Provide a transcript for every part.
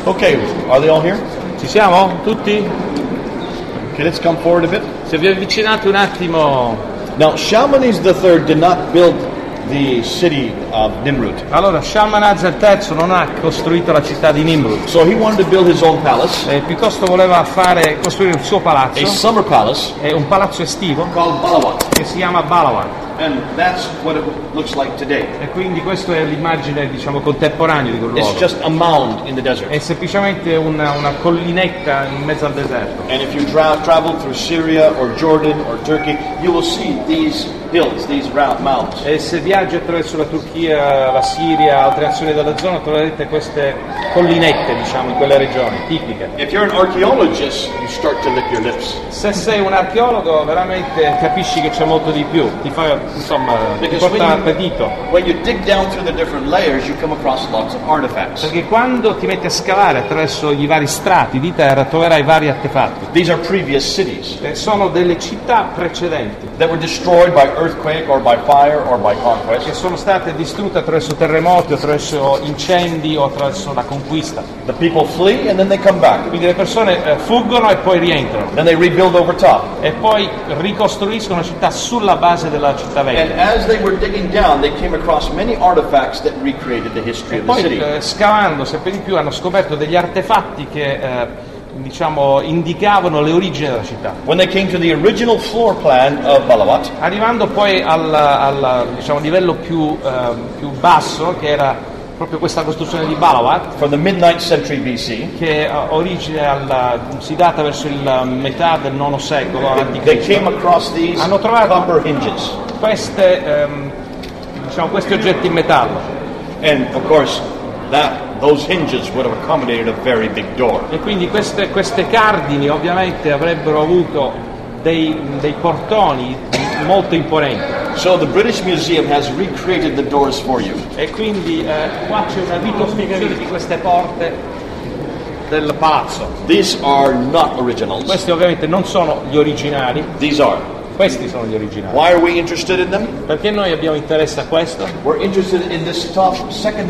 Okay, are they all here? Ci siamo? Tutti? Okay, let's come forward a bit. Se vi avvicinate un attimo. Now, Shalmaneser III did not build the city of Nimrud. Allora, Shalmaneser III non ha costruito la città di Nimrud. So he wanted to build his own palace, Piuttosto voleva costruire il suo a palazzo, summer palace un palazzo estivo called Balawat. che si chiama Balawat. And that's what it looks like today. E quindi questa è l'immagine, diciamo, contemporanea di quel It's luogo. just a mound in the desert. È semplicemente una collinetta in mezzo al deserto. And if you travel through Syria or Jordan or Turkey, you will see these hills, these round mounds. E se viaggi attraverso la Turchia, la Siria, altre nazioni della zona, troverete queste collinette, diciamo, in quelle regioni tipiche. If you're an archaeologist, you start to lick your lips. Se sei un archeologo veramente capisci che c'è molto di più, ti fa, insomma, ti Because porta appetito. when you dig down through the different layers, you come across lots of artifacts. Perché quando ti metti a scavare attraverso i vari strati di terra troverai vari artefatti. These are previous cities Sono delle città precedenti that were destroyed by earthquake or by fire or by che conquest. sono state distrutte attraverso terremoti, attraverso incendi o attraverso la conquista. The people flee and then they come back. Quindi le persone fuggono e poi rientrano Then they rebuild over top. e poi ricostruiscono la città sulla base della città And vecchia. as they were digging down, they came across many artifacts that recreated the history E of the poi city. scavando sempre di più hanno scoperto degli artefatti che diciamo indicavano le origini della città. When they came to the original floor plan of Balawat, Arrivando poi al diciamo, livello più basso, che era proprio questa costruzione di Balawat, from the mid-9th century BC, che ha origine si data verso il metà del IX secolo they a.C., came across these hanno trovato copper hinges. questi oggetti in metallo. And of course, those hinges would have accommodated a very big door. E quindi queste cardini ovviamente avrebbero avuto dei portoni molto imponenti. So the British Museum has recreated the doors for you. E quindi qua c'è una ricostruzione di queste porte del palazzo. These are not originals. Questi ovviamente non sono gli originali, These are. questi sono gli originali. Why are we interested in them? Perché noi abbiamo interesse a questo? We're interested in this top second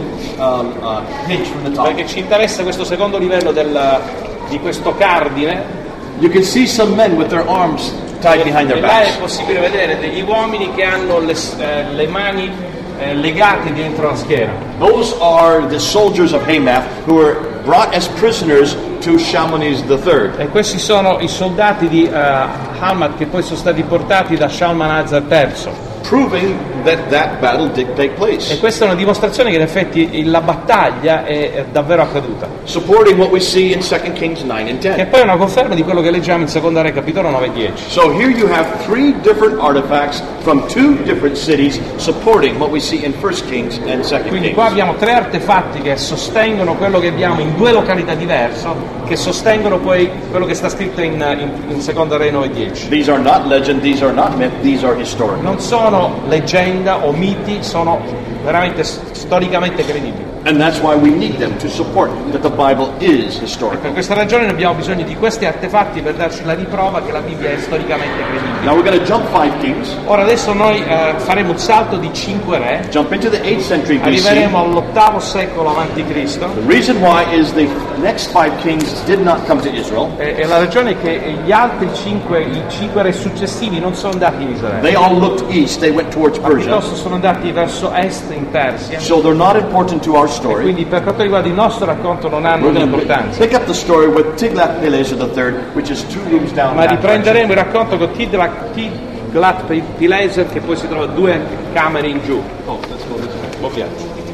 hinge from the top. Perché ci interessa questo secondo livello di questo cardine. You can see some men with their arms tied behind their E là è backs. possibile vedere degli uomini che hanno le mani legate dietro la schiena. Those are the soldiers of Hamath who were brought as prisoners to Shalmaneser III. E questi sono i soldati di Hamath che poi sono stati portati da Shalmaneser III. Proving that battle did take place. E questa è una dimostrazione che in effetti la battaglia è davvero accaduta. Supporting what we see in 2 Kings 9 and Che 10. poi è una conferma di quello che leggiamo in Seconda Re capitolo 9 e 10. So here you have three different artifacts from two different cities supporting what we see in 1 Kings and 2 Quindi qua Kings. abbiamo tre artefatti che sostengono quello che abbiamo in due località diverse, che sostengono poi quello che sta scritto in Seconda Re 9 e 10. These are not legend, these are not myth, these are historical. Non sono leggenda o miti, sono veramente storicamente credibili. And that's why we need them to support that the Bible is historical. Per questa ragione noi abbiamo bisogno di questi artefatti per darci la riprova che la Bibbia è storicamente credibile. Now we're going to jump 5 kings, Ora adesso noi faremo un salto di 5 re, jump into the 8th century arriveremo BC. all'VIII secolo a.C. The reason why is the next 5 kings did not come to Israel. E la ragione è che gli altri i 5 re successivi non sono andati in Israele, They all looked east, they went towards Persia. piuttosto sono andati verso est in Persia. So they're not important to our story. Quindi per quanto riguarda il nostro racconto non hanno We're going to importanza. pick up the story with Tiglath-Pileser III, which is 2 rooms down Ma that direction. riprenderemo il racconto con Tiglath-Pileser che poi si trova 2 camere in giù. Buon viaggio.